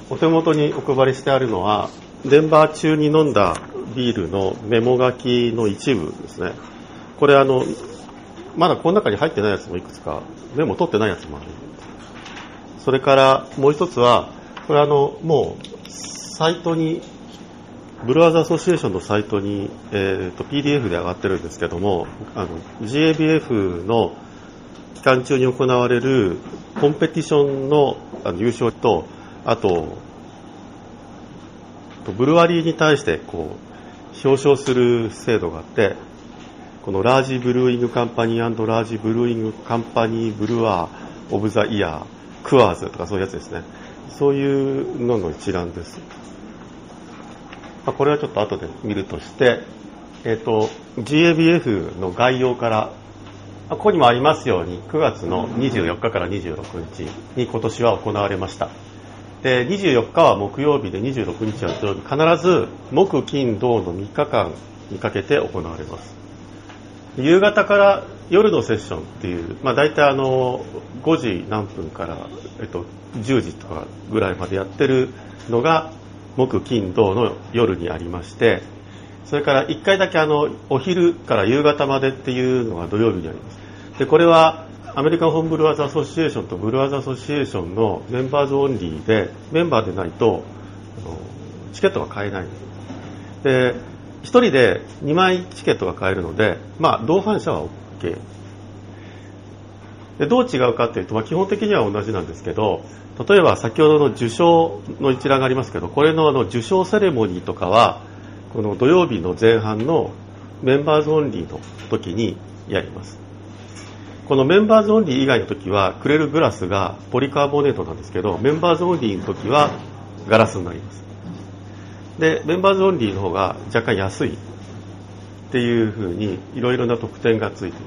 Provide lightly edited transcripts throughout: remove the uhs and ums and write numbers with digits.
お手元にお配りしてあるのは、デンバー中に飲んだビールのメモ書きの一部ですね。これまだこの中に入ってないやつもいくつか、メモ取ってないやつもある。それからもう一つは、これもうサイトに、ブルワーズアソシエーションのサイトに、PDF で上がってるんですけども、GABF の期間中に行われるコンペティションの優勝と、あとブルワリーに対して表彰する制度があって、このラージブルーイングカンパニー&ラージブルーイングカンパニーブルワーオブザイヤークワーズとかそういうやつですね。そういうのの一覧です。これはちょっと後で見るとして、GABF の概要から、ここにもありますように9月の24日から26日に今年は行われました。で、24日は木曜日で26日は土曜日、必ず木金土の3日間にかけて行われます。夕方から夜のセッションっていう、大体5時何分から、10時とかぐらいまでやってるのが木金土の夜にありまして、それから1回だけお昼から夕方までっていうのが土曜日にあります。で、これはアメリカンホームブルワーズアソシエーションとブルワーズアソシエーションのメンバーズオンリーで、メンバーでないとチケットが買えないんです。で、1人で2枚チケットが買えるので、同伴者は OK。で、どう違うかっていうと、基本的には同じなんですけど、例えば先ほどの受賞の一覧がありますけど、これの受賞セレモニーとかはこの土曜日の前半のメンバーズオンリーの時にやります。このメンバーズオンリー以外の時はくれるグラスがポリカーボネートなんですけど、メンバーズオンリーの時はガラスになります。で、メンバーズオンリーの方が若干安いっていう風にいろいろな特典がついています。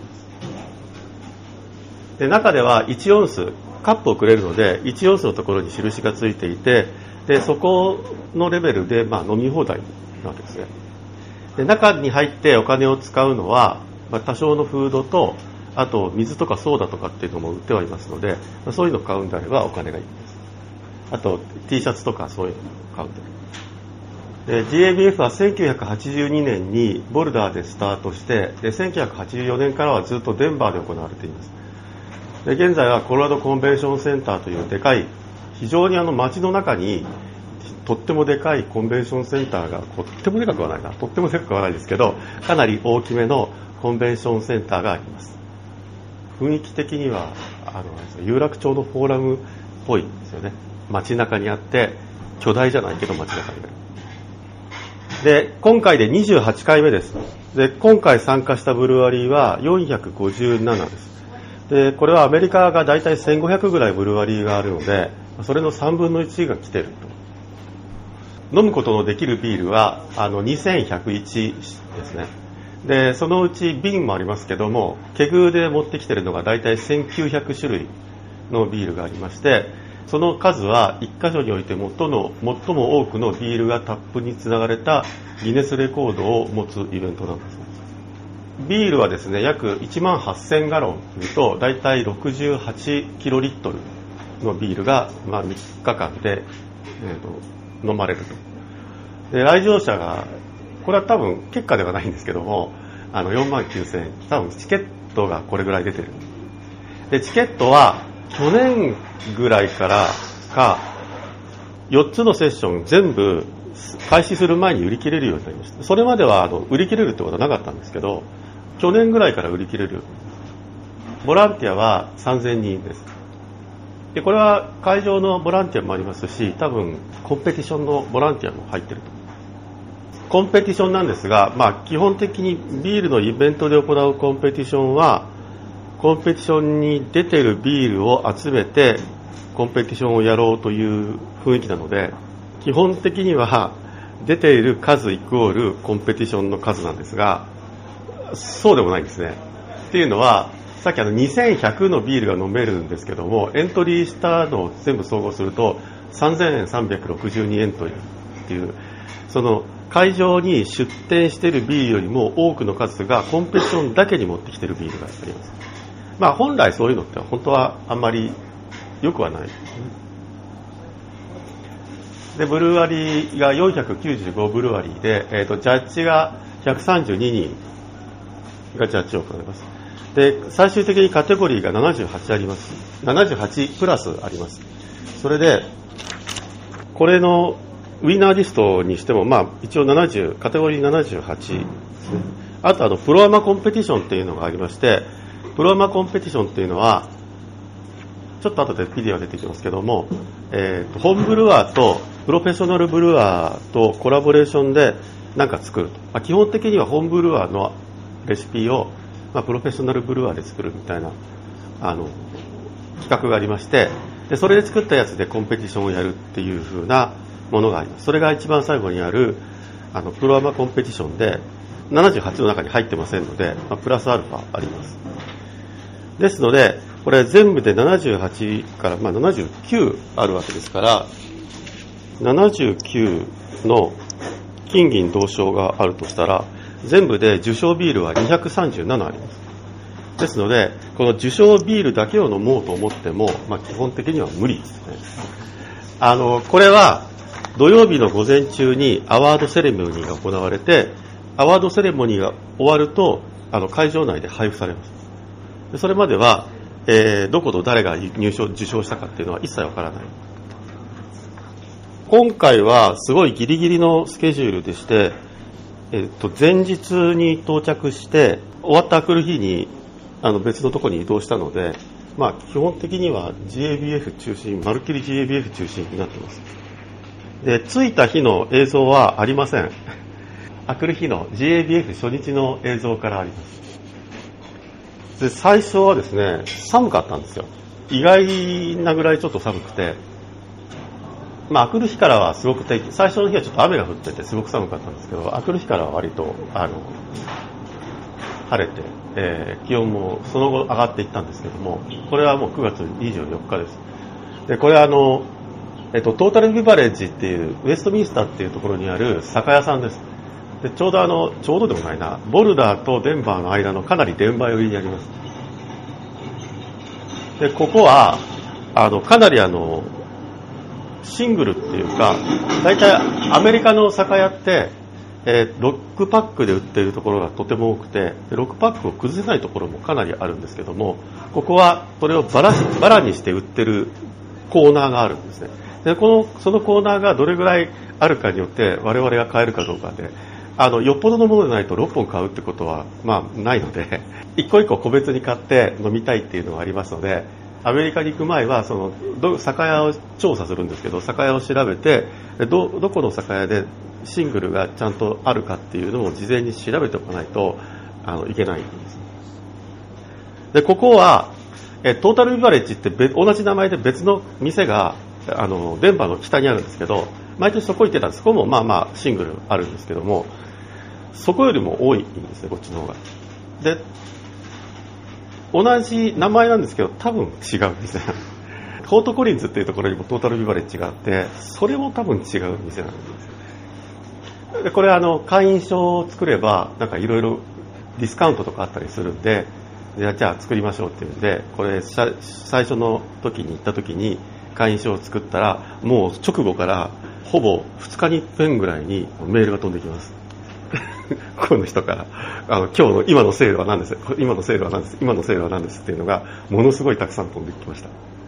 で、中では1オンスカップをくれるので、1オンスのところに印がついていて、で、そこのレベルで飲み放題なわけですね。で、中に入ってお金を使うのは、多少のフードと、あと水とかソーダとかっていうのも売ってはいますので、そういうのを買うんであればお金がいります。あと T シャツとかそういうのを買うんで。GABF は1982年にボルダーでスタートして、で1984年からはずっとデンバーで行われています。で、現在はコロラドコンベンションセンターというでかい、非常に街の中にとってもでかいコンベンションセンターが、とってもでかくはないな、とってもでかくはないですけど、かなり大きめのコンベンションセンターがあります。雰囲気的には有楽町のフォーラムっぽいですよね。街中にあって巨大じゃないけど街中にある。で、今回で28回目です。で、今回参加したブルワリーは457です。で、これはアメリカがだいたい1500ぐらいブルワリーがあるので、それの3分の1が来てると。飲むことのできるビールは2101ですね。で、そのうち瓶もありますけども、ケグで持ってきてるのがだいたい1900種類のビールがありまして、その数は1箇所において最も多くのビールがタップにつながれたギネスレコードを持つイベントなんです。ビールはですね、約1万8000ガロンとだいたい68キロリットルのビールが、3日間で、飲まれると。で、来場者がこれは多分結果ではないんですけども、4万9000円、多分チケットがこれぐらい出てる。で、チケットは去年ぐらいからか4つのセッション全部開始する前に売り切れるようになりました。それまでは売り切れるってことはなかったんですけど、去年ぐらいから売り切れる。ボランティアは3000人です。で、これは会場のボランティアもありますし、多分コンペティションのボランティアも入ってると。コンペティションなんですが、基本的にビールのイベントで行うコンペティションは、コンペティションに出てるビールを集めてコンペティションをやろうという雰囲気なので、基本的には出ている数イコールコンペティションの数なんですが、そうでもないんですね。っていうのは、さっき2100のビールが飲めるんですけども、エントリーしたのを全部総合すると3362エントリーっていう、その会場に出店しているビールよりも多くの数がコンペティションだけに持ってきているビールがあります。本来そういうのって本当はあんまり良くはない。 でブルワリーが495ブルワリーで、ジャッジが132人がジャッジを行います。で最終的にカテゴリーが78あります。78プラスあります。それでこれのウィナーリストにしても、一応カテゴリー78ですね。あとプロアマコンペティションっていうのがありまして、プロアマコンペティションっていうのはちょっと後でビデオが出てきますけども、ホームブルワーとプロフェッショナルブルワーとコラボレーションで何か作ると、基本的にはホームブルワーのレシピを、プロフェッショナルブルワーで作るみたいな企画がありまして、でそれで作ったやつでコンペティションをやるっていう風なものがあります。それが一番最後にあるプロアマコンペティションで78の中に入ってませんので、プラスアルファあります。ですのでこれ全部で78から、79あるわけですから、79の金銀銅賞があるとしたら、全部で受賞ビールは237あります。ですのでこの受賞ビールだけを飲もうと思っても、基本的には無理ですね。これは土曜日の午前中にアワードセレモニーが行われて、アワードセレモニーが終わると会場内で配布されます。でそれまでは、どこと誰が受賞したかっていうのは一切わからない。今回はすごいギリギリのスケジュールでして、前日に到着して終わった来る日に別のところに移動したので、基本的には GABF 中心、まるっきり GABF 中心になっています。で着いた日の映像はありません。来る日の GABF 初日の映像からあります。で最初はですね、寒かったんですよ。意外なぐらいちょっと寒くて、来る日からはすごく最初の日はちょっと雨が降っててすごく寒かったんですけど、来る日からは割と晴れて、気温もその後上がっていったんですけども、これはもう9月24日です。でこれはトータルビバレッジっていうウェストミンスターっていうところにある酒屋さんです。でちょうどでもないな、ボルダーとデンバーの間のかなり電波寄りにあります。でここはかなりシングルっていうか、大体アメリカの酒屋って6パックで売っているところがとても多くて、6パックを崩せないところもかなりあるんですけども、ここはそれをバラにして売ってるコーナーがあるんですね。でそのコーナーがどれぐらいあるかによって我々が買えるかどうかで、よっぽどのものでないと6本買うってことはないので、一個一個個別に買って飲みたいっていうのがありますので、アメリカに行く前は酒屋を調査するんですけど、酒屋を調べて どこの酒屋でシングルがちゃんとあるかっていうのを事前に調べておかないといけないんです。でここはトータルビバレッジって同じ名前で別の店がデンバーの北にあるんですけど、毎年そこ行ってたんです。そこもシングルあるんですけども、そこよりも多いんですね、こっちの方が。で同じ名前なんですけど多分違うんですね。フォートコリンズっていうところにもトータルビバレッジがあって、それも多分違う店なんですよ。でこれ会員証を作ればいろいろディスカウントとかあったりするんで、じゃあ作りましょうっていうんで、これ最初の時に行った時に会員証を作ったら、もう直後からほぼ2日に1遍ぐらいにメールが飛んできます。この人から今のセールは何です、今のセールは何です、今のセールは何ですっていうのがものすごいたくさん飛んできました。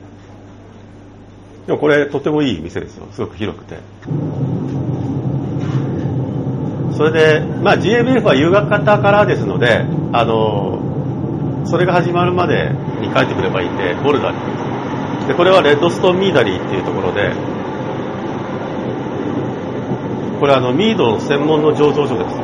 でもこれとてもいい店ですよ。すごく広くて。それでGABF は夕方からですので、それが始まるまでに帰ってくればいいんで、ボルダーに来ます。でこれはレッドストーンミーダリーっていうところで、これミード専門の醸造所です。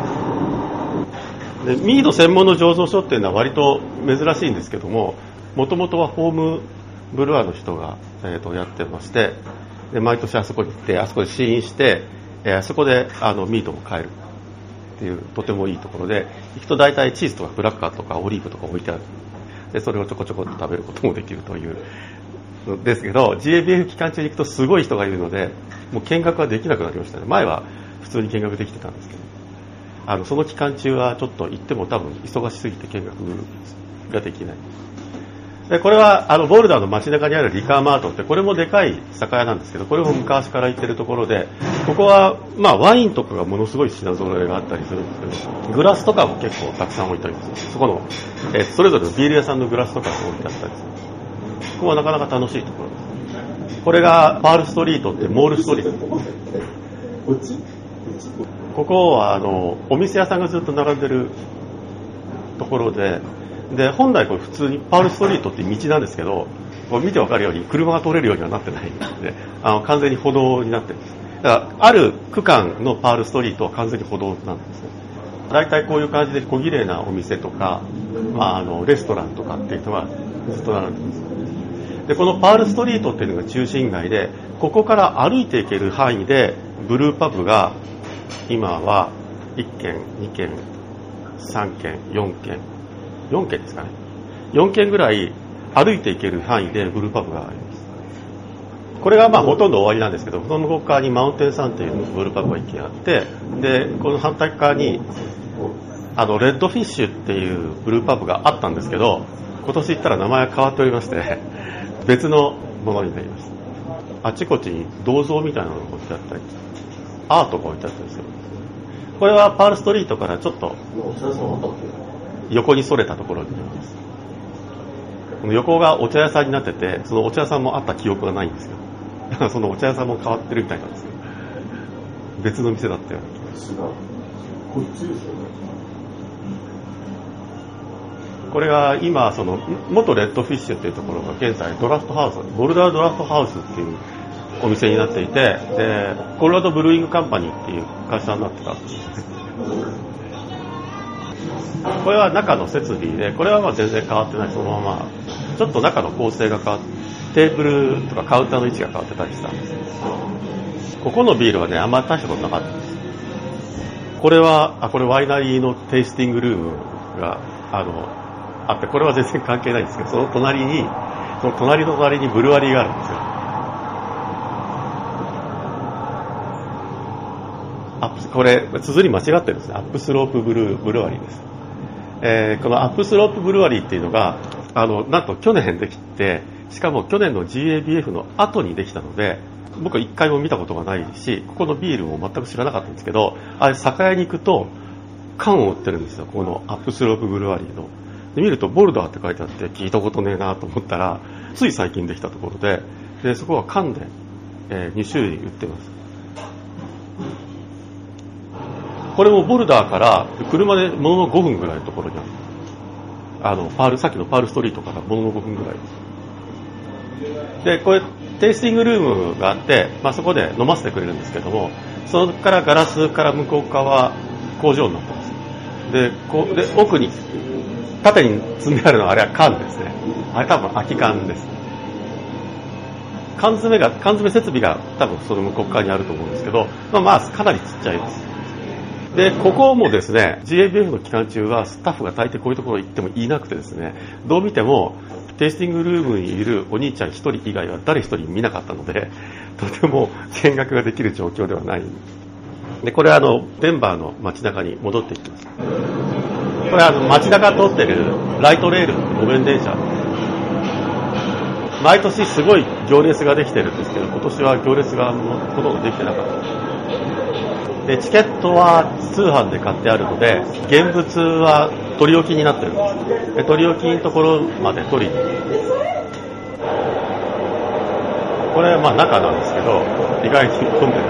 でミード専門の醸造所っていうのは割と珍しいんですけども、もともとはホームブルワーの人が、やってまして、で毎年あそこに行って、あそこで試飲して、あそこでミートも買えるっていうとてもいいところで、行くと大体チーズとかクラッカーとかオリーブとか置いてある。でそれをちょこちょこっと食べることもできるというのですけど、 GABF 期間中に行くとすごい人がいるので、もう見学はできなくなりましたね。前は普通に見学できてたんですけど、その期間中はちょっと行っても多分忙しすぎて見学ができない。 でこれはボルダーの街中にあるリカーマートって、これもでかい酒屋なんですけど、これも昔から行ってるところで、ここはまあワインとかがものすごい品揃えがあったりするんですけど、グラスとかも結構たくさん置いてあります。そこの、それぞれのビール屋さんのグラスとかも置いてあったりする。ここはなかなか楽しいところです。これがパールストリートってモールストリート。ここはお店屋さんがずっと並んでるところで、本来これ普通にパールストリートって道なんですけど、これ見てわかるように車が通れるようにはなってないんで、完全に歩道になってるんです。だからある区間のパールストリートは完全に歩道なんですね。だいたいこういう感じで小綺麗なお店とか、レストランとかっていうのがずっと並んでます。でこのパールストリートっていうのが中心街で、ここから歩いていける範囲でブルーパブが今は1軒2軒3軒4軒4軒ですかね。4軒ぐらい歩いていける範囲でブルーパブがあります。これがまあほとんど終わりなんですけど、その向こう側にマウンテンサンというブルーパブが1軒あって、でこの反対側にレッドフィッシュっていうブルーパブがあったんですけど、今年行ったら名前が変わっておりまして別のものになります。あちこちに銅像みたいなのが置いてあったり、アートが置いてあったりするんです。これはパールストリートからちょっと横にそれたところになります。この横がお茶屋さんになってて、そのお茶屋さんもあった記憶がないんですけど、そのお茶屋さんも変わってるみたいなんですけど、別の店だったような気がします。こっちですよね。これが今その元レッドフィッシュっていうところが現在ドラフトハウス、ボルダードラフトハウスっていうお店になっていて、でコロラドブルーイングカンパニーっていう会社になってたんです。これは中の設備で、これはまあ全然変わってない。そのままちょっと中の構成が変わって、テーブルとかカウンターの位置が変わってたりしたんです。ここのビールはね、あんまり大したことなかったです。これはこれワイナリーのテイスティングルームがあって、これは全然関係ないんですけど、その隣にブルワリーがあるんですよ。これ綴り間違ってるんですね。アップスロープブルワリーです。このアップスロープブルワリーっていうのがなんと去年できて、しかも去年の GABF の後にできたので、僕は一回も見たことがないし、ここのビールも全く知らなかったんですけど、酒屋に行くと缶を売ってるんですよ。このアップスロープブルワリーので見るとボルダーって書いてあって、聞いたことねえなと思ったら、つい最近できたところで、そこは缶で、2種類売ってます。これもボルダーから車でものの5分ぐらいのところにある。さっきのパールストリートからものの5分ぐらいで、これテイスティングルームがあって、そこで飲ませてくれるんですけども、そこからガラスから向こう側は工場になってます。で奥に縦に積んであるのはあれは缶ですね。あれ多分空き缶です。缶詰設備が多分その向こう側にあると思うんですけど、かなりちっちゃいです。でここもですね、 GABF の期間中はスタッフが大抵こういうところ行ってもいなくてですね、どう見てもテイスティングルームにいるお兄ちゃん1人以外は誰一人見なかったので、とても見学ができる状況ではない。でこれはデンバーの街中に戻っていきます。これは街中通ってるライトレール路面電車、毎年すごい行列ができてるんですけど、今年は行列がほとんどできてなかった。でチケットは通販で買ってあるので、現物は取り置きになってるんです。で取り置きのところまで取りに行く。これは中なんですけど、意外に混んでない。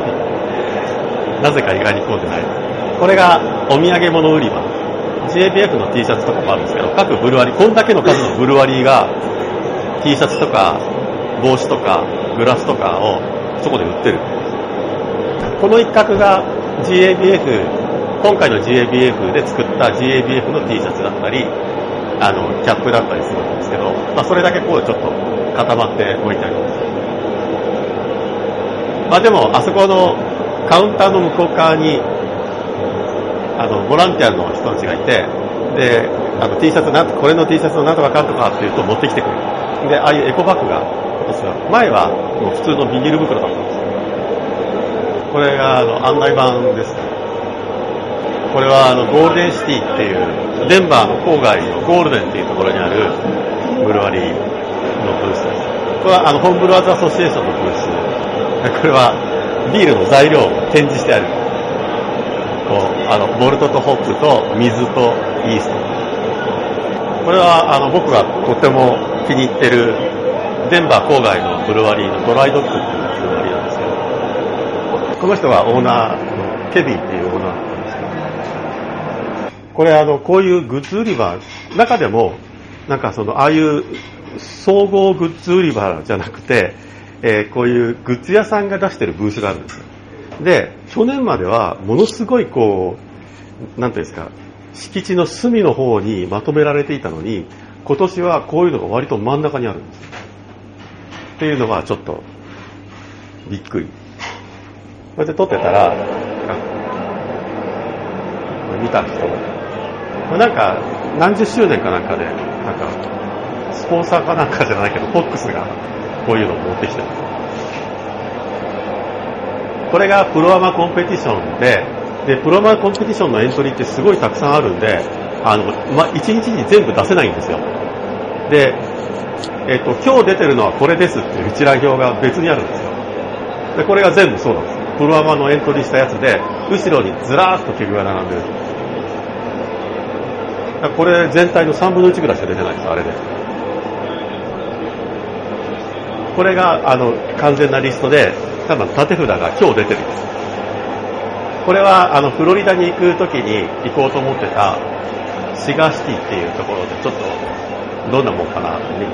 なぜか意外に混んでない。これがお土産物売り場、 GABF の T シャツとかもあるんですけど、各ブルワリー、こんだけの数のブルワリーが T シャツとか帽子とかグラスとかをそこで売ってる。この一角が GABF、 今回の GABF で作った GABF の T シャツだったり、キャップだったりするんですけど、それだけこうちょっと固まって置いてあります。でもあそこのカウンターの向こう側にボランティアの人たちがいて、でT シャツこれの T シャツのなんとかかんとかっていうと持ってきてくれる。でああいうエコバッグが今年は、前はもう普通のビニール袋だったんですけど、これが案内板です。これはゴールデンシティっていうデンバーの郊外のゴールデンっていうところにあるブルワリーのブースです。これはホームブルワーズアソシエーションのブース。これはビールの材料を展示してある。こうボルトとホップと水とイースト。これは僕がとても気に入ってるデンバー郊外のブルワリーのドライドッグっていうブルワリーなんですけど、この人がオーナーのケビンっていうオーナーなんですけど、これこういうグッズ売り場、中でもなんかああいう総合グッズ売り場じゃなくて、こういうグッズ屋さんが出してるブースがあるんですよ。で、去年まではものすごいこう、なんていうんですか、敷地の隅の方にまとめられていたのに、今年はこういうのが割と真ん中にあるんですよ。っていうのはちょっとびっくり。こうやって撮ってたら、見た人、なんか何十周年かなんかで、なんかスポンサーかなんかじゃないけど、フォックスがこういうのを持ってきてる。これがプロアマコンペティションで、プロアマコンペティションのエントリーってすごいたくさんあるんで、1日に全部出せないんですよ。で、今日出てるのはこれですっていう一覧表が別にあるんですよ。で、これが全部そうなんです。プロアマのエントリーしたやつで、後ろにずらーっとケグが並んでる。これ全体の3分の1ぐらいしか出てないです、あれで。これが完全なリストで、多分縦札が今日出てるんです。これはフロリダに行くときに行こうと思ってたシガーシティっていうところでちょっとどんなもんかなって見る。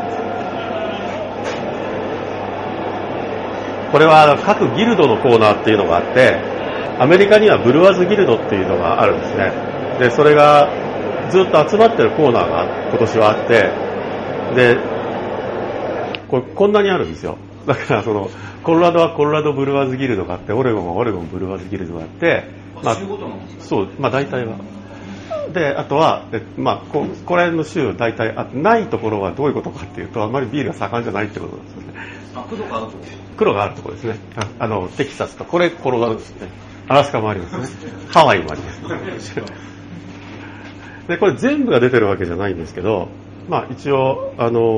これは各ギルドのコーナーっていうのがあって、アメリカにはブルワーズギルドっていうのがあるんですね。で、それがずっと集まってるコーナーが今年はあって、で、こんなにあるんですよ。だからコロラドはコロラドブルワーズギルドがあって、オレゴンはオレゴンブルワーズギルドがあって、そう、大体は。で、あとは、ここら辺の州大体ないところはどういうことかっていうと、あまりビールが盛んじゃないってことなんですよね。黒があるところですね。テキサスと、これコロラドですね。アラスカもありますね。ハワイもありますね。で、これ全部が出てるわけじゃないんですけど、一応、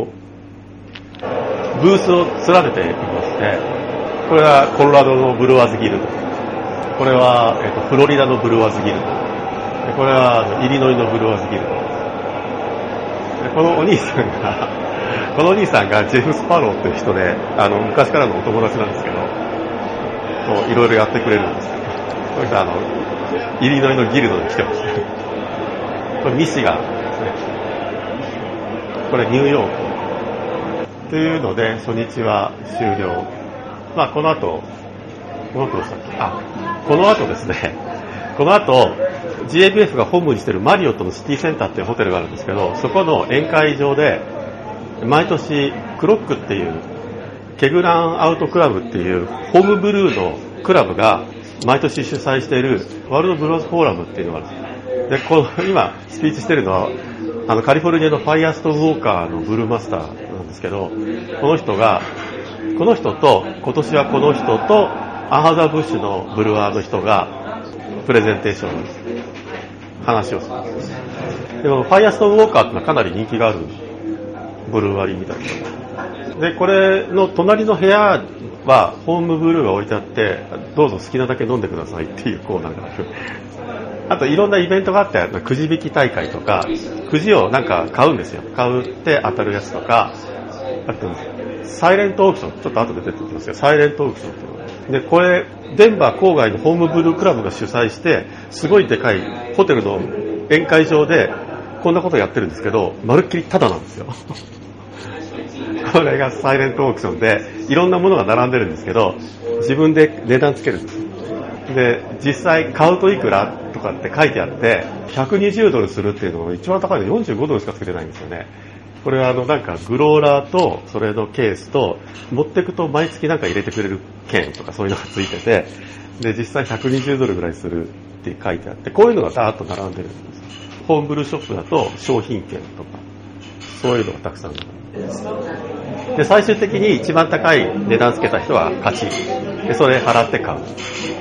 ブースを連ねていまして、これはコロラドのブルワーズギルド。これは、フロリダのブルワーズギルド。これはイリノイのブルワーズギルドです。でこのお兄さんがジェフ・スパローっていう人で、昔からのお友達なんですけど、いろいろやってくれるんですよ。この人イリノイのギルドに来てます。これミシガンですね。これニューヨーク。というので、初日は終了。この後でしたっけ？この後ですね、この後、GABF が本部にしているマリオットのシティセンターっていうホテルがあるんですけど、そこの宴会場で、毎年、クロックっていう、ケグランアウトクラブっていう、ホームブルーのクラブが、毎年主催している、ワールドブルワーズフォーラムっていうのがあるんです。で、今、スピーチしてるのは、カリフォルニアのファイアストウォーカーのブルーマスターなんですけど、この人と、今年はこの人と、アンハザー・ブッシュのブルワーの人が、プレゼンテーションの話をするんです。でも、ファイアストウォーカーってのはかなり人気があるブルワリーみたいです。で、これの隣の部屋は、ホームブルーが置いてあって、どうぞ好きなだけ飲んでくださいっていうコーナーがある。あといろんなイベントがあって、くじ引き大会とか、くじをなんか買うんですよ。買うって当たるやつとか、あと、サイレントオークション、ちょっと後で出てきますけど、サイレントオークションっていうのがで、これ、デンバー郊外のホームブルークラブが主催して、すごいでかいホテルの宴会場で、こんなことやってるんですけど、まるっきりタダなんですよ。これがサイレントオークションで、いろんなものが並んでるんですけど、自分で値段つけるんです。で、実際買うといくらとかって書いてあって、120ドルするっていうのが一番高いの45ドルしかつけてないんですよね。これはなんかグローラーとそれのケースと持ってくと毎月なんか入れてくれる券とかそういうのがついてて、で実際120ドルぐらいするって書いてあって、こういうのがダーッと並んでるんです。ホームブルーショップだと商品券とかそういうのがたくさん並んでるんです。で最終的に一番高い値段つけた人は勝ちで、それ払って買う。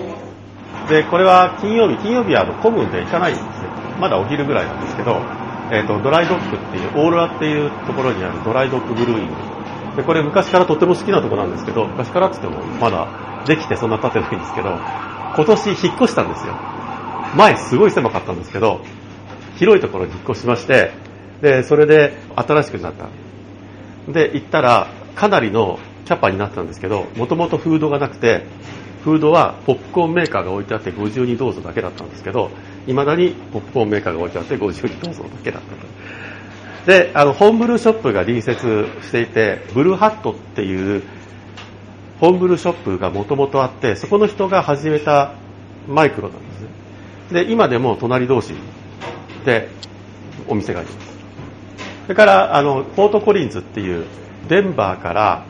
でこれは金曜日は混むんで行かないんですね。まだお昼ぐらいなんですけど、 ドライドッグっていうオーロラっていうところにあるドライドッグブルーイングで、これ昔からとても好きなところなんですけど、昔からって言ってもまだできてそんな経ってないんですけど、今年引っ越したんですよ。前すごい狭かったんですけど、広いところに引っ越しまして、でそれで新しくなったで行ったらかなりのキャパになったんですけど、もともとフードがなくて、フードはポップコーンメーカーが置いてあって52どうぞだけだったんですけど、未だにポップコーンメーカーが置いてあって52どうぞだけだったと。でホームブルーショップが隣接していて、ブルーハットっていうホームブルーショップがもともとあって、そこの人が始めたマイクロなんですね。で今でも隣同士でお店があります。それからフォートコリンズっていうデンバーから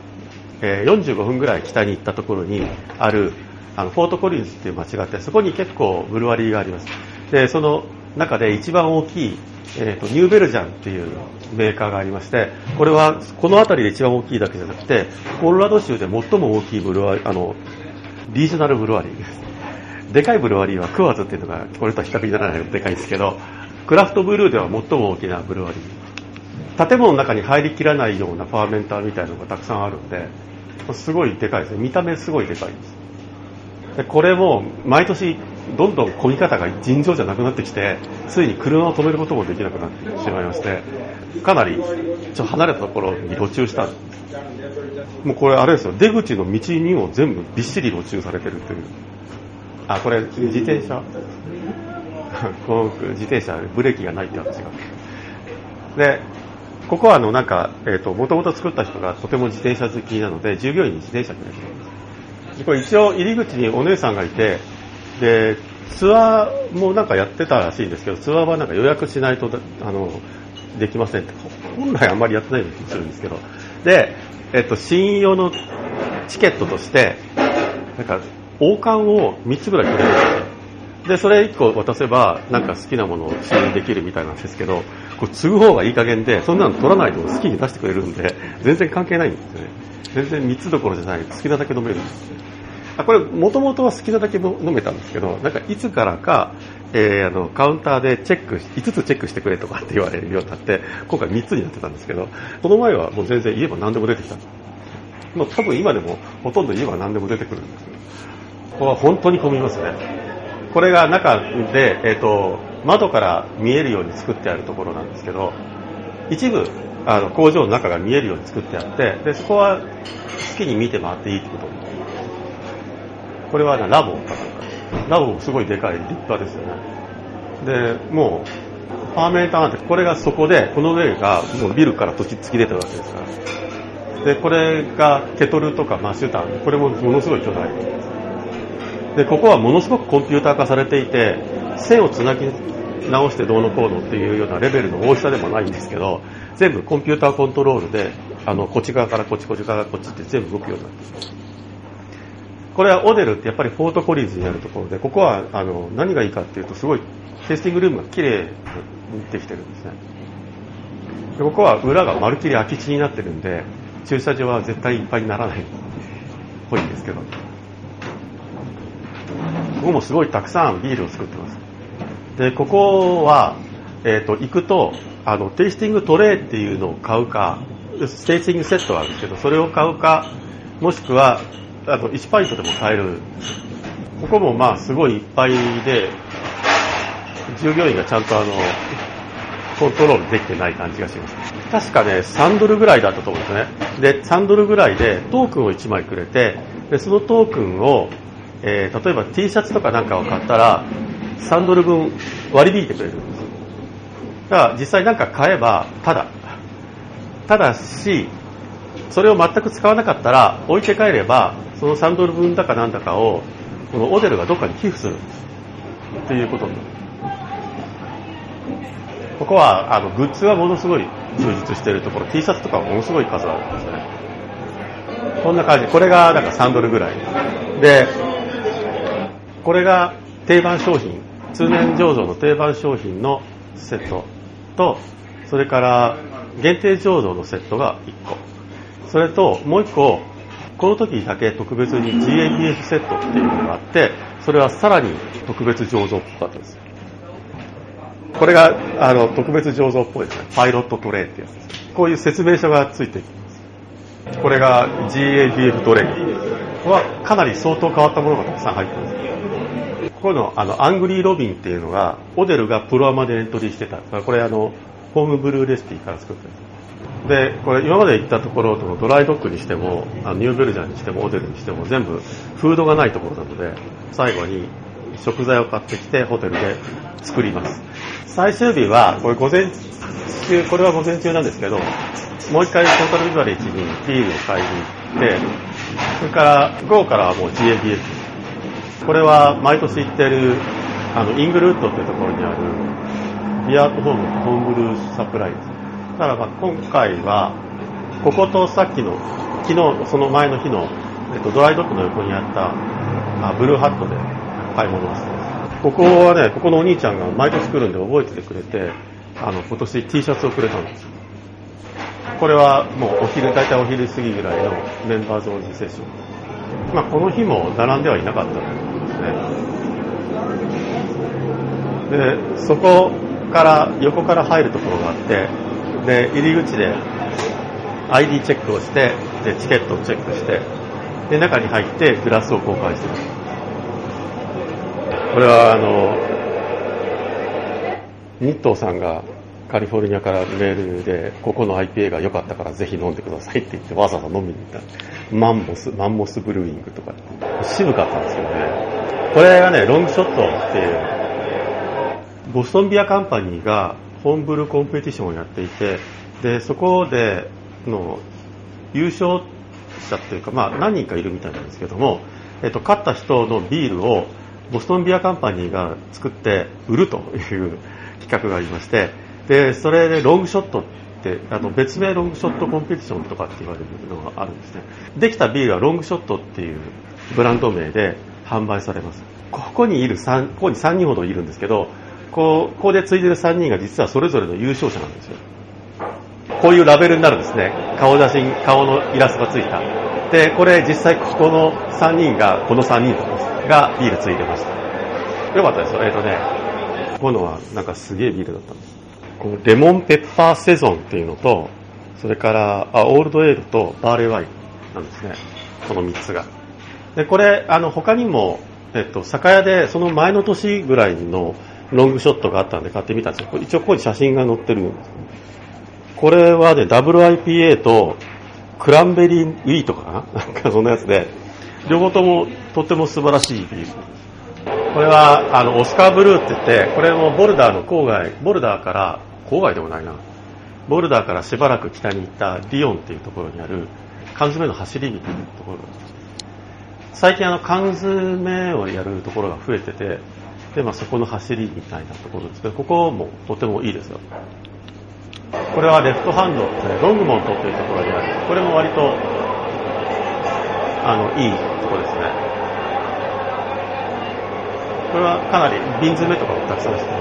45分ぐらい北に行ったところにあるフォートコリンズっていう街があって、そこに結構ブルワリーがあります。でその中で一番大きい、ニューベルジャンっていうメーカーがありまして、これはこの辺りで一番大きいだけじゃなくてコロラド州で最も大きいブルワリー、リージョナルブルワリーです。でかいブルワリーはクワーズっていうのがこれとは比較にならないのででかいんですけど、クラフトブルーでは最も大きなブルワリー、建物の中に入りきらないようなファーメンターみたいなのがたくさんあるんで、すごいでかいですね。見た目すごいでかいです。でこれも毎年どんどん混み方が尋常じゃなくなってきて、ついに車を止めることもできなくなってしまいまして、かなりちょっと離れたところに路駐したんです。もうこれあれですよ、出口の道にも全部びっしり路駐されてるという。これ自転車この自転車ブレーキがないって話がで、ここはなんかもともと作った人がとても自転車好きなので、従業員に自転車くれてるんです。でこれ一応入り口にお姉さんがいて、でツアーもなんかやってたらしいんですけど、ツアーはなんか予約しないとできませんって、本来あんまりやってないような気がするんですけど、で試飲用のチケットとしてなんか王冠を3つぐらいくれるんですよ。でそれ1個渡せばなんか好きなものを試飲できるみたいなんですけど、これ継ぐ方がいい加減で、そんなの取らないと好きに出してくれるんで全然関係ないんですよね。全然3つどころじゃない、好きなだけ飲めるんですよ。これもともとは好きなだけ飲めたんですけど、なんかいつからか、カウンターでチェック5つチェックしてくれとかって言われるようになって、今回3つになってたんですけど、この前はもう全然言えば何でも出てきた。もう多分今でもほとんど言えば何でも出てくるんですけど、ここは本当に混みますね。これが中で、窓から見えるように作ってあるところなんですけど、一部工場の中が見えるように作ってあって、でそこは好きに見て回っていいってことに。これはラボかなんか、ラボもすごいでかい立派ですよね。でもうファーメンターなんて、これがそこで、この上がもうビルから突き出てるわけですから。でこれがケトルとかマッシュタン、これもものすごい巨大で、ここはものすごくコンピューター化されていて、線をつなぎ直してどうのこうのっていうようなレベルの大きさでもないんですけど、全部コンピューターコントロールでこっち側からこっち、こっち側からこっちって全部動くようになっています。これはオデルってやっぱりフォートコリンズにあるところで、ここは何がいいかっていうと、すごいテイスティングルームが綺麗にできてるんですね。でここは裏がまるっきり空き地になってるんで、駐車場は絶対いっぱいにならないっぽいんですけど、ここもすごいたくさんビールを作ってます。でここは、行くとテイスティングトレイっていうのを買うか、テイスティングセットがあるんですけど、それを買うか、もしくは1パイントでも買える。ここもまあすごいいっぱいで、従業員がちゃんとコントロールできてない感じがします。確かね3ドルぐらいだったと思うんですね。で3ドルぐらいでトークンを1枚くれて、でそのトークンを、例えば T シャツとかなんかを買ったら3ドル分割り引いてくれるんです。だから実際なんか買えばただし、それを全く使わなかったら置いて帰れば、その3ドル分だかなんだかをこのオデルがどっかに寄付するんですっていうことになる。ここはグッズはものすごい充実しているところ、 T シャツとかものすごい数あるんですね。こんな感じ。これがなんか3ドルぐらいで、これが定番商品、通年醸造の定番商品のセットと、それから限定醸造のセットが1個、それともう1個この時だけ特別に GABF セットっていうのがあって、それはさらに特別醸造っぽかったです。 これが特別醸造っぽいですね。パイロットトレイってやつです。こういう説明書がついています。これが GABF トレイ。これはかなり相当変わったものがたくさん入っています。こういうのアングリーロビンっていうのがオデルがプロアマでエントリーしてた。これホームブルーレシピから作ってる。で、これ今まで言ったところとドライドッグにしてもニューベルジャンにしてもオデルにしても全部フードがないところなので、最後に食材を買ってきてホテルで作ります。最終日はこれ午前中、これは午前中なんですけど、もう一回トータルビバレッジにビールを買いに行って、それから午後からはもう GABF。これは毎年行ってるイングルウッドというところにあるビアートホームホームブルーサプライです。だから今回はこことさっきの昨日その前の日の、ドライドッグの横にあったブルーハットで買い物をしてます。ここはね、ここのお兄ちゃんが毎年来るんで覚えててくれて今年 T シャツをくれたんです。これはもう大体お昼過ぎぐらいのメンバーズオンリーセッション。この日も並んではいなかったということですね。で、そこから横から入るところがあって、で入り口で ID チェックをして、でチケットをチェックして、で中に入ってグラスを交換してます。これは日東さんがカリフォルニアからメールでここの IPA が良かったからぜひ飲んでくださいって言ってわざわざ飲みに行ったマンモスブルーイングとか渋かったんですよね。これがねロングショットっていうボストンビアカンパニーがホームブルーコンペティションをやっていて、でそこでの優勝者っていうか何人かいるみたいなんですけども、勝った人のビールをボストンビアカンパニーが作って売るという企画がありまして、でそれでロングショットって別名ロングショットコンペティションとかって言われるのがあるんですね。できたビールはロングショットっていうブランド名で販売されます。ここに3人ほどいるんですけど、ここで継いでる3人が実はそれぞれの優勝者なんですよ。こういうラベルになるんですね。顔のイラストがついた。でこれ実際ここの3人がこの3人がビール継いでました。よかったですよ。このはなんかすげえビールだったんです。このレモンペッパーセゾンっていうのと、それからオールドエールとバーレーワインなんですね。この3つが。でこれ他にも酒屋でその前の年ぐらいのロングショットがあったんで買ってみたんですよ。一応ここに写真が載ってるんです。これはね WIPA とクランベリーウィートかななんかそんなやつで、両方ともとっても素晴らしいビール。これはオスカーブルーって言って、これもボルダーから郊外でもないな、ボルダーからしばらく北に行ったリオンっていうところにある缶詰の走り火というところ。最近缶詰をやるところが増えてて、でそこの走りみたいなところですけど、ここもとてもいいですよ。これはレフトハンドロングモントというところにある。これも割といいところですね。これはかなり瓶詰めとかもたくさんしてます。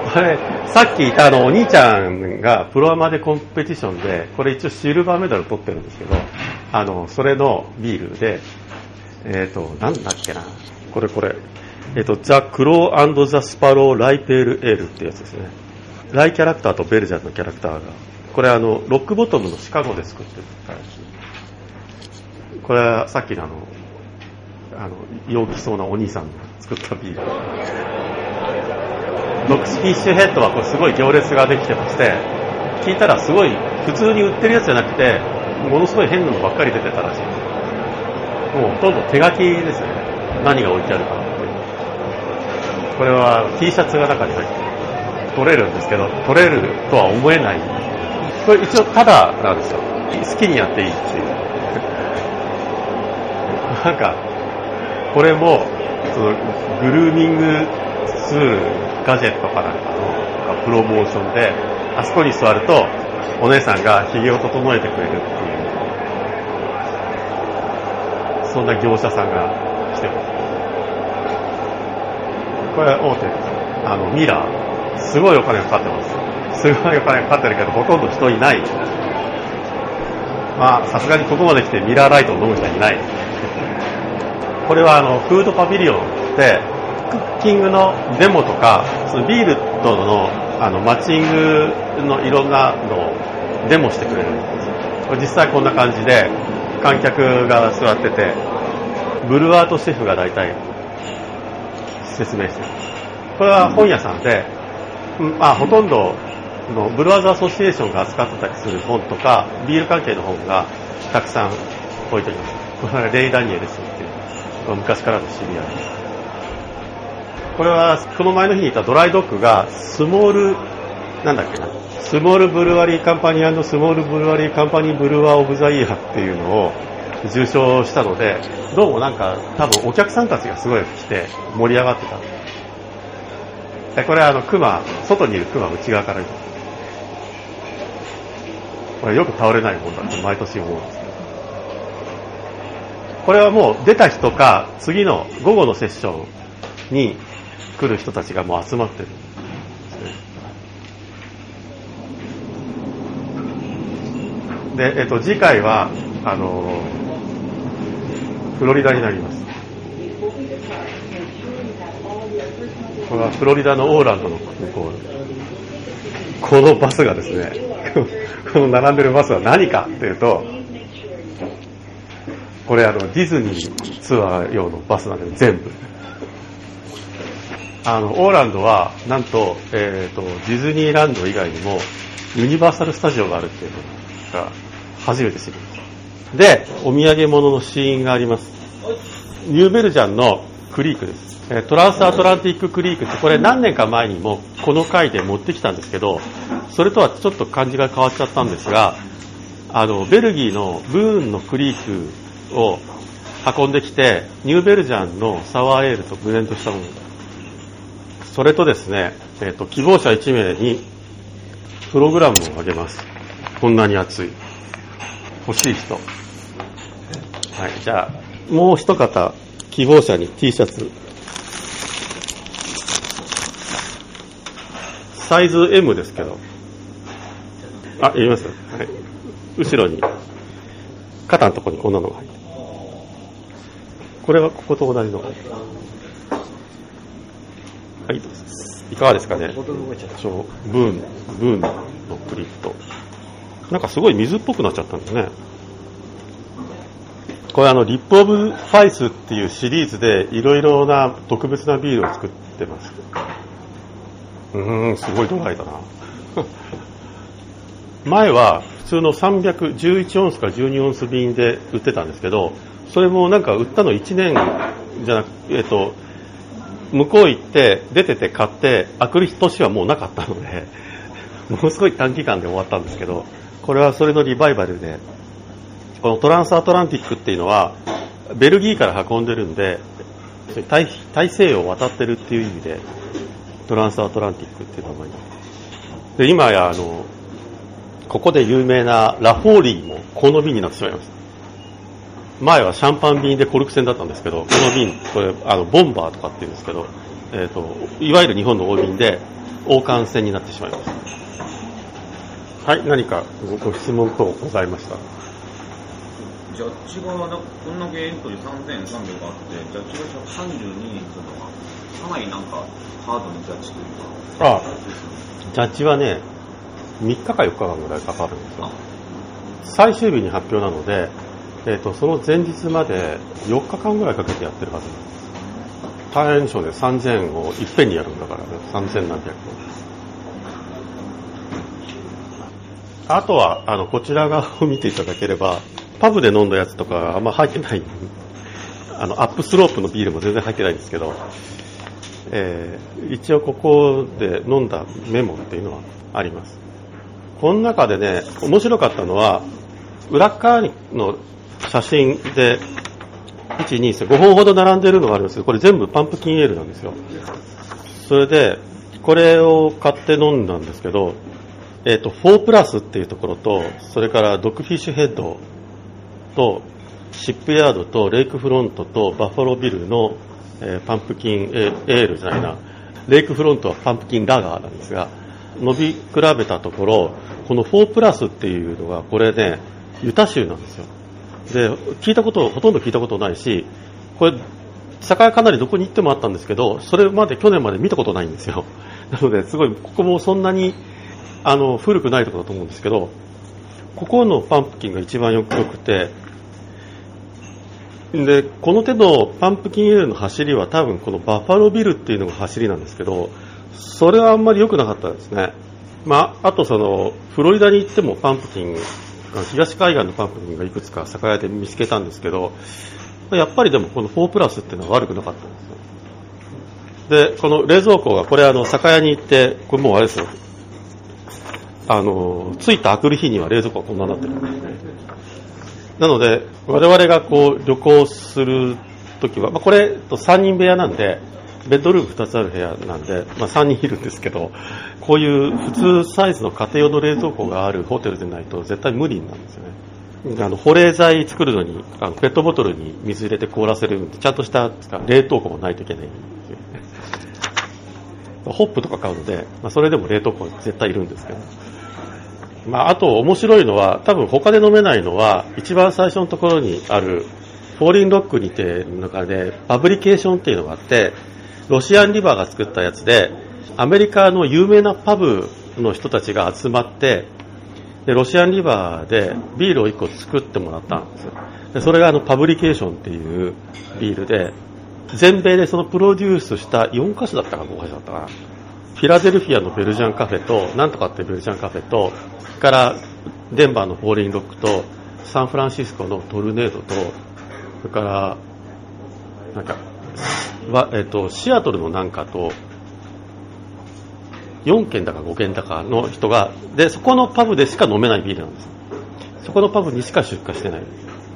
これさっき言ったお兄ちゃんがプロアマでコンペティションで、これ一応シルバーメダル取ってるんですけど、それのビールでなんだっけな、これザ・クロー&ザ・スパロー・ライペール・エールってやつですね。ライキャラクターとベルジャンのキャラクターが、これロックボトムのシカゴで作ってるからです。これはさっきの陽気そうなお兄さんが作ったビール。ノックスフィッシュヘッドはこれすごい行列ができてまして、聞いたらすごい普通に売ってるやつじゃなくて、ものすごい変なのばっかり出てたらしいです。もうほとんど手書きですね。何が置いてあるかって。これは T シャツが中に入って取れるんですけど、取れるとは思えない。これ一応タダなんですよ。好きにやっていいっていう。なんかこれもそのグルーミングツールガジェットかなんかのプロモーションで、あそこに座るとお姉さんが髭を整えてくれるっていう、そんな業者さんが来てます。これは大手ミラー、すごいお金がかかってます。すごいお金がかかってるけどほとんど人いない。さすがにここまで来てミラーライトを飲む人はいない。これはフードパビリオンでッキングのデモとか、そのビールとのマッチングのいろんなのをデモしてくれるんですよ。実際こんな感じで観客が座ってて、ブルワーとシェフが大体説明してる。これは本屋さんで、ほとんどのブルワーズアソシエーションが扱ってたりする本とかビール関係の本がたくさん置いてあります。これはレイ・ダニエルスっていう昔からの知り合い。これはこの前の日にいたドライドッグがスモールブルワリーカンパニー&スモールブルワリーカンパニーブルワーオブザイヤーっていうのを受賞したので、どうもなんか多分お客さんたちがすごい来て盛り上がってた。でこれは外にいるクマ内側から見て、これよく倒れないもんだって毎年思うんですけど、これはもう出た人か次の午後のセッションに来る人たちがもう集まってるんですね。で、次回はフロリダになります。これはフロリダのオーランドの空港。このバスがですねこの並んでるバスは何かっていうと、これディズニーツアー用のバスなんで全部オーランドはなんと、ディズニーランド以外にもユニバーサルスタジオがあるっていうのが初めて知りました。で、お土産物のシーンがあります。ニューベルジャンのクリークです。トランスアトランティッククリークって、これ何年か前にもこの回で持ってきたんですけど、それとはちょっと感じが変わっちゃったんですが、ベルギーのブーンのクリークを運んできて、ニューベルジャンのサワーエールとブレンドしたもの。それとですね、希望者1名にプログラムをあげます。こんなに熱い。欲しい人。はい、じゃあ、もう一方、希望者に T シャツ。サイズ M ですけど。言います？はい。後ろに、肩のところにこんなのが入ってる。これはここと同じの。はい、いかがですかね。ブーンのクリップと。なんかすごい水っぽくなっちゃったんですね。これリップオブファイスっていうシリーズでいろいろな特別なビールを作ってます。すごいドライだな。前は普通の311オンスか12オンス瓶で売ってたんですけど、それもなんか売ったの1年じゃなく向こう行って出てて買って開く年はもうなかったので、ものすごい短期間で終わったんですけど、これはそれのリバイバルで、このトランスアトランティックっていうのはベルギーから運んでるんで、大西洋を渡ってるっていう意味でトランスアトランティックっていう名前に。で、今やここで有名なラフォーリーもこの瓶になってしまいました。前はシャンパン瓶でコルク栓だったんですけど、この瓶、これボンバーとかっていうんですけど、いわゆる日本の大瓶で王冠栓になってしまいました。はい、何かご質問等ございました？ ジャッジがこんだけエントリー3300あって、ジャッジが132人というのはかなりなんかハードなジャッジというか。 ジャッジはね、3日か4日間ぐらいかかるんですよ。最終日に発表なので、その前日まで4日間ぐらいかけてやってるはずなんです。大変でしょうね。3000をいっぺんにやるんだからね。3000何百個。あとはこちら側を見ていただければ、パブで飲んだやつとかあんま入ってない。アップスロープのビールも全然入ってないんですけど、一応ここで飲んだメモっていうのはあります。この中でね、面白かったのは、裏側の写真で、1、2、3、5本ほど並んでるのがあるんですけど、これ全部パンプキンエールなんですよ。それで、これを買って飲んだんですけど、4プラスっていうところと、それからドッグフィッシュヘッドと、シップヤードとレイクフロントとバッファロービルの、パンプキンエールじゃないな、レイクフロントはパンプキンラガーなんですが、伸び比べたところ、この4プラスっていうのが、これね、ユタ州なんですよ。で、ほとんど聞いたことないし、これ、 酒屋かなりどこに行ってもあったんですけど、それまで去年まで見たことないんですよ。なので、すごい、ここもそんなに、古くないところだと思うんですけど、ここのパンプキンが一番よくて、で、この手のパンプキンエールの走りは多分このバッファロービルっていうのが走りなんですけど、それはあんまり良くなかったですね。あとフロリダに行ってもパンプキン、東海岸のパンプキンがいくつか酒屋で見つけたんですけど、やっぱりでもこの4プラスっていうのは悪くなかったんですよ。で、この冷蔵庫が、これ酒屋に行って、これもうあれですよ。着いたあくる日には冷蔵庫がこんなになってるんですね。なので、我々が旅行するときは、これ3人部屋なんで、ベッドルーム2つある部屋なんで、3人いるんですけど、こういう普通サイズの家庭用の冷蔵庫があるホテルでないと絶対無理なんですよね。保冷剤作るのにペットボトルに水入れて凍らせるちゃんとした冷凍庫もないといけないんですよ。ホップとか買うので、それでも冷凍庫絶対いるんですけど、あと面白いのは、多分他で飲めないのは、一番最初のところにあるフォーリンロックにての中でパブリケーションっていうのがあって、ロシアンリバーが作ったやつで、アメリカの有名なパブの人たちが集まって、でロシアンリバーでビールを1個作ってもらったんですよ。でそれがパブリケーションっていうビールで、全米でそのプロデュースした4カ所だったか5カ所だったかな。フィラデルフィアのベルジャンカフェと、なんとかっていうベルジャンカフェと、それからデンバーのフォーリンロックと、サンフランシスコのトルネードと、それからシアトルのなんかと、4軒だか5軒だかの人が、で、そこのパブでしか飲めないビールなんです。そこのパブにしか出荷してない。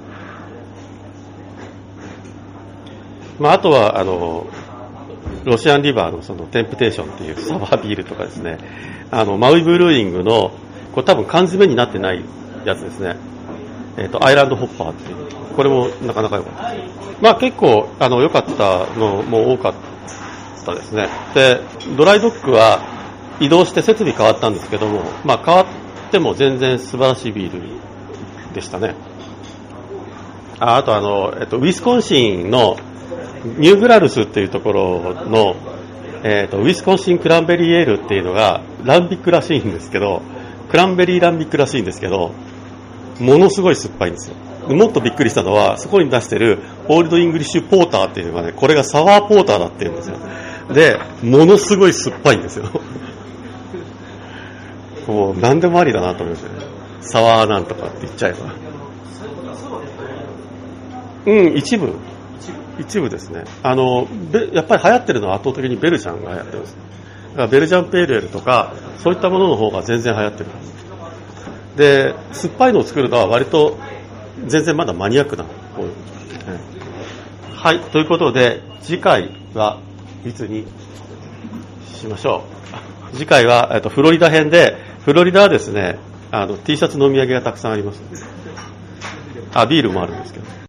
あとは、ロシアンリバーのそのテンプテーションっていうサワービールとかですね、マウイブルーイングの、これ多分缶詰になってないやつですね。アイランドホッパーっていう。これもなかなか良かったです。結構、良かったのも多かったですね。で、ドライドッグは移動して設備変わったんですけども、変わっても全然素晴らしいビールでしたね。あとウィスコンシンのニューグラルスっていうところの、ウィスコンシンクランベリーエールっていうのがランビックらしいんですけど、クランベリーランビックらしいんですけど、ものすごい酸っぱいんですよ。もっとびっくりしたのは、そこに出してるオールドイングリッシュポーターっていうのがね、これがサワーポーターだっていうんですよ。で、ものすごい酸っぱいんですよ。もう何でもありだなと思いますね。サワーなんとかって言っちゃえば。一部ですね。やっぱり流行ってるのは圧倒的にベルジャンが流行ってるんです。だからベルジャンペールエールとか、そういったものの方が全然流行ってる。で、酸っぱいのを作るのは割と全然まだマニアックな方です。はい、ということで、次回はいつにしましょう。次回は、フロリダ編で、フロリダはですね、T シャツのお土産がたくさんあります。ビールもあるんですけど。